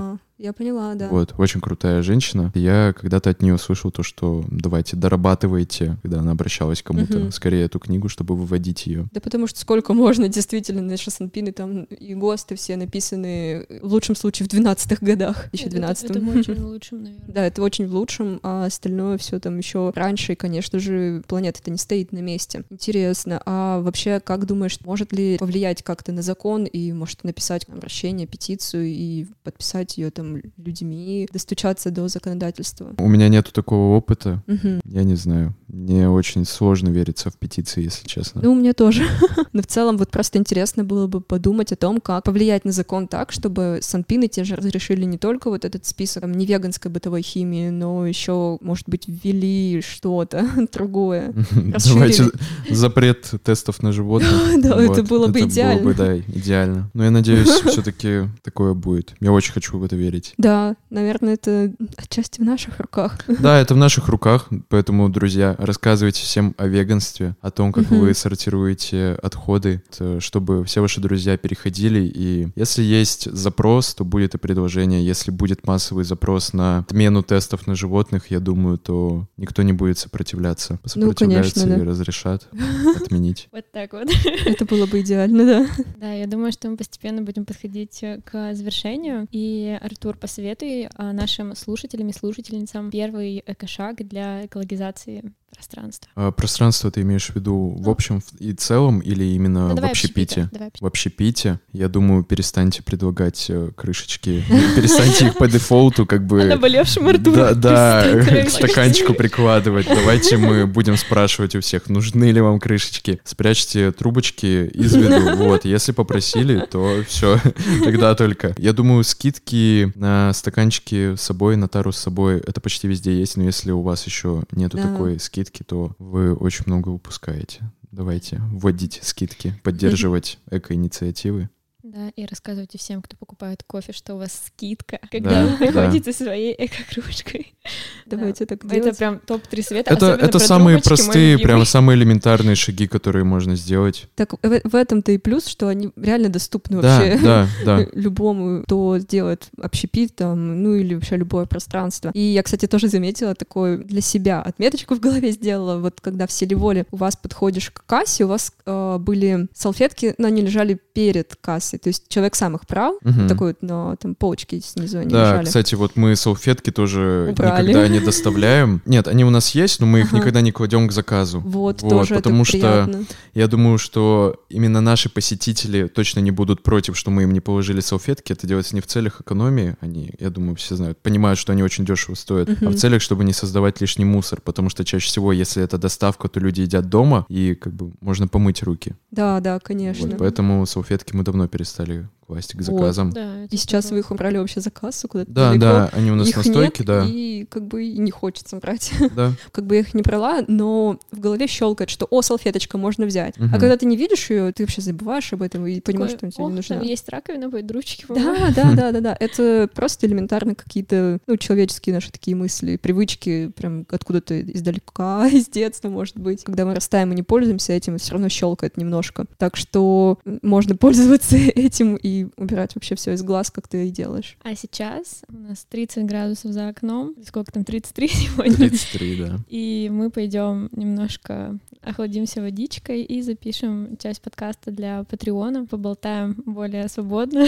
Speaker 2: Я поняла, да.
Speaker 3: Вот, очень крутая женщина. Я когда-то от нее слышал то, что давайте дорабатывайте, когда она обращалась к кому-то,
Speaker 2: Мгм.
Speaker 3: скорее эту книгу, чтобы выводить ее.
Speaker 2: Да потому что сколько можно, действительно, наши санпины там и ГОСТы все написаны в лучшем случае в двенадцатых годах, еще
Speaker 1: Это,
Speaker 2: двенадцатом.
Speaker 1: это очень в лучшем, наверное.
Speaker 2: Да, это очень в лучшем, а остальное все там еще раньше, и, конечно же, планета-то не стоит на месте. Интересно, а вообще, как думаешь, может ли повлиять как-то на закон и, может, написать обращение, петицию и подписать ее там людьми, достучаться до законодательства?
Speaker 3: У меня нету такого опыта.
Speaker 2: Мгм.
Speaker 3: Я не знаю. Мне очень сложно вериться в петиции, если честно.
Speaker 2: Ну, мне тоже. Но в целом вот просто интересно было бы подумать о том, как повлиять на закон так, чтобы санпины те же разрешили не только вот этот список там, невеганской бытовой химии, но еще, может быть, ввели что-то другое.
Speaker 3: Давайте запрет тестов на животных.
Speaker 2: Да,
Speaker 3: Вот,
Speaker 2: это было бы идеально.
Speaker 3: было бы, да, идеально. Но я надеюсь, все-таки такое будет. Я очень хочу в это верить.
Speaker 2: Да, наверное, это отчасти в наших руках.
Speaker 3: Да, это в наших руках, поэтому, друзья, рассказывайте всем о веганстве, о том, как
Speaker 2: Мгм.
Speaker 3: вы сортируете отходы, т- чтобы все ваши друзья переходили. И если есть запрос, то будет и предложение. Если будет массовый запрос на отмену тестов на животных, я думаю, то никто не будет сопротивляться. Сопротивляются
Speaker 2: конечно, да.
Speaker 3: и разрешат отменить.
Speaker 1: Вот так вот.
Speaker 2: Это было бы идеально, да.
Speaker 1: Да, я думаю, что мы постепенно будем подходить э, к завершению. И, Артур, посоветуй а, нашим слушателям и слушательницам первый экошаг для экологизации пространства.
Speaker 3: А пространство ты имеешь в виду в
Speaker 1: Ну.
Speaker 3: общем и целом или именно
Speaker 1: Ну,
Speaker 3: в
Speaker 1: давай
Speaker 3: общепите?
Speaker 1: Давай
Speaker 3: В общепите, я думаю, перестаньте предлагать э, крышечки, перестаньте их по дефолту как бы...
Speaker 1: наболевшем
Speaker 3: Да, да,
Speaker 1: перестаньте
Speaker 3: к стаканчику прикладывать. Давайте мы будем спрашивать у всех, нужны ли вам крышечки. Спрячьте трубочки из виду. Вот, если попросили, то все, тогда только. Я думаю, скидки на стаканчики с собой, на тару с собой, это почти везде есть, но если у вас еще нету
Speaker 2: Да.
Speaker 3: такой скидки, то вы очень много упускаете. Давайте вводить скидки, поддерживать эко-инициативы.
Speaker 1: Да, и рассказывайте всем, кто покупает кофе, что у вас скидка, когда
Speaker 3: Да,
Speaker 1: вы приходите со своей эко-кружкой.
Speaker 2: Давайте так
Speaker 1: Это
Speaker 2: делать.
Speaker 1: прям топ-три совета.
Speaker 3: Это,
Speaker 1: особенно
Speaker 3: это
Speaker 1: про
Speaker 3: самые
Speaker 1: трубочки, мой
Speaker 3: простые,
Speaker 1: любимый.
Speaker 3: прям самые элементарные шаги, которые можно сделать.
Speaker 2: Так в, в этом-то и плюс, что они реально доступны
Speaker 3: Да,
Speaker 2: вообще
Speaker 3: да, да.
Speaker 2: любому, кто делает общепит там, ну или вообще любое пространство. И я, кстати, тоже заметила такое для себя отметочку в голове сделала. Вот когда в силе воли у вас подходишь к кассе, у вас э, были салфетки, но они лежали перед кассой. То есть человек сам их брал,
Speaker 3: Мгм.
Speaker 2: такой вот на там, полочке снизу они
Speaker 3: Да,
Speaker 2: лежали.
Speaker 3: кстати, вот мы салфетки тоже
Speaker 2: Убрали.
Speaker 3: никогда не доставляем. Нет, они у нас есть, но мы их
Speaker 2: Ага.
Speaker 3: никогда не кладем к заказу.
Speaker 2: Вот, тоже
Speaker 3: потому
Speaker 2: это
Speaker 3: что
Speaker 2: приятно.
Speaker 3: я думаю, что именно наши посетители точно не будут против, что мы им не положили салфетки. Это делается не в целях экономии. Они, я думаю, все знают, понимают, что они очень дешево стоят, а в
Speaker 2: Мгм.
Speaker 3: целях, чтобы не создавать лишний мусор. Потому что чаще всего, если это доставка, то люди едят дома, и как бы можно помыть руки.
Speaker 2: Да, да,
Speaker 3: Вот,
Speaker 2: конечно.
Speaker 3: поэтому салфетки мы давно перестали класть к
Speaker 2: Вот.
Speaker 3: заказам.
Speaker 1: Да, это
Speaker 2: И сейчас
Speaker 1: здорово.
Speaker 2: вы их убрали вообще за кассу куда-то
Speaker 3: Да,
Speaker 2: далеко.
Speaker 3: да, они у нас
Speaker 2: Их
Speaker 3: на стойке,
Speaker 2: нет,
Speaker 3: да.
Speaker 2: и как бы и не хочется брать.
Speaker 3: Да.
Speaker 2: Как бы я их не брала, но в голове щелкает, что о, салфеточка, можно взять.
Speaker 3: Мгм.
Speaker 2: А когда ты не видишь ее, ты вообще забываешь об этом и понимаешь, что
Speaker 1: Такой,
Speaker 2: она тебе не
Speaker 1: «О,
Speaker 2: нужна.
Speaker 1: там есть раковина, будет ручки
Speaker 2: Да, да, да, да, да. Это просто элементарно какие-то, ну, человеческие наши такие мысли, привычки, прям откуда-то издалека, из детства, может быть. Когда мы растаем и не пользуемся этим, все равно щелкает немножко. Так что можно пользоваться этим и убирать вообще все из глаз, как ты и делаешь.
Speaker 1: А сейчас у нас тридцать градусов за окном. Сколько там, тридцать три сегодня?
Speaker 3: тридцать три, да.
Speaker 1: И мы пойдем немножко охладимся водичкой и запишем часть подкаста для Патреона, поболтаем более свободно.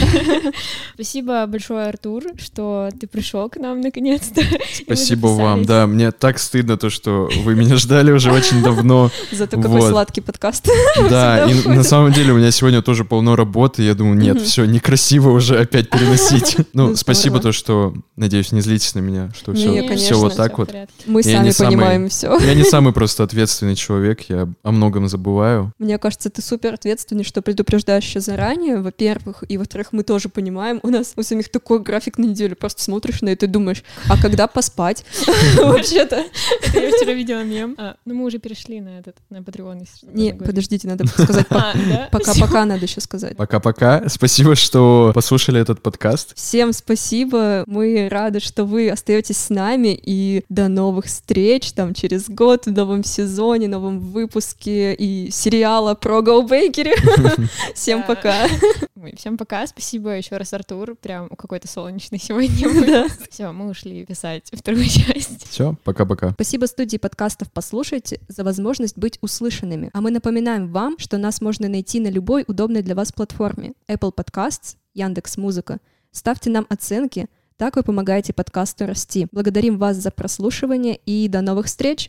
Speaker 1: Спасибо большое, Артур, что ты пришел к нам наконец-то. и мы
Speaker 3: Спасибо вам.
Speaker 1: записались.
Speaker 3: Да, мне так стыдно то, что вы меня ждали уже очень давно.
Speaker 2: Зато какой
Speaker 3: Вот.
Speaker 2: сладкий подкаст.
Speaker 3: Да,
Speaker 2: всегда
Speaker 3: и на самом деле у меня сегодня тоже полно работы. Я думаю, нет,
Speaker 2: Мгм.
Speaker 3: все, некрасиво уже опять переносить.
Speaker 2: Ну,
Speaker 3: Ну, спасибо
Speaker 2: здорово.
Speaker 3: то, что, надеюсь, не злитесь на меня, что
Speaker 2: Не,
Speaker 3: все,
Speaker 2: конечно.
Speaker 3: все вот
Speaker 1: всё
Speaker 3: так
Speaker 1: в
Speaker 3: вот.
Speaker 1: порядке.
Speaker 2: Мы
Speaker 3: Я
Speaker 2: сами
Speaker 3: не самый-
Speaker 2: понимаем все.
Speaker 3: Я не самый просто ответственный человек, я о многом забываю.
Speaker 2: Мне кажется, ты супер ответственный, что предупреждаешь еще заранее, во-первых, и во-вторых, мы тоже понимаем, у нас у самих такой график на неделю, просто смотришь на это и думаешь, а когда поспать? Вообще-то.
Speaker 1: Это я вчера видела мем. А, ну, мы уже перешли на этот, на Patreon. если что,
Speaker 2: Не,
Speaker 1: можно говорить.
Speaker 2: подождите, надо сказать
Speaker 1: А, да?
Speaker 2: пока-пока, надо еще сказать.
Speaker 3: Пока-пока. Спасибо, что послушали этот подкаст.
Speaker 2: Всем спасибо, мы рады, что вы остаетесь с нами, и до новых встреч там через год в новом сезоне, новом выпуске и сериала про Go Bakery. Всем пока.
Speaker 1: Всем пока. Спасибо еще раз, Артур. Прям какой-то солнечный сегодня. Все, мы ушли писать вторую часть.
Speaker 3: Все, пока-пока.
Speaker 2: Спасибо студии подкастов «Послушайте» за возможность быть услышанными. А мы напоминаем вам, что нас можно найти на любой удобной для вас платформе. Apple Podcasts, Яндекс.Музыка. Ставьте нам оценки, так вы помогаете подкасту расти. Благодарим вас за прослушивание и до новых встреч!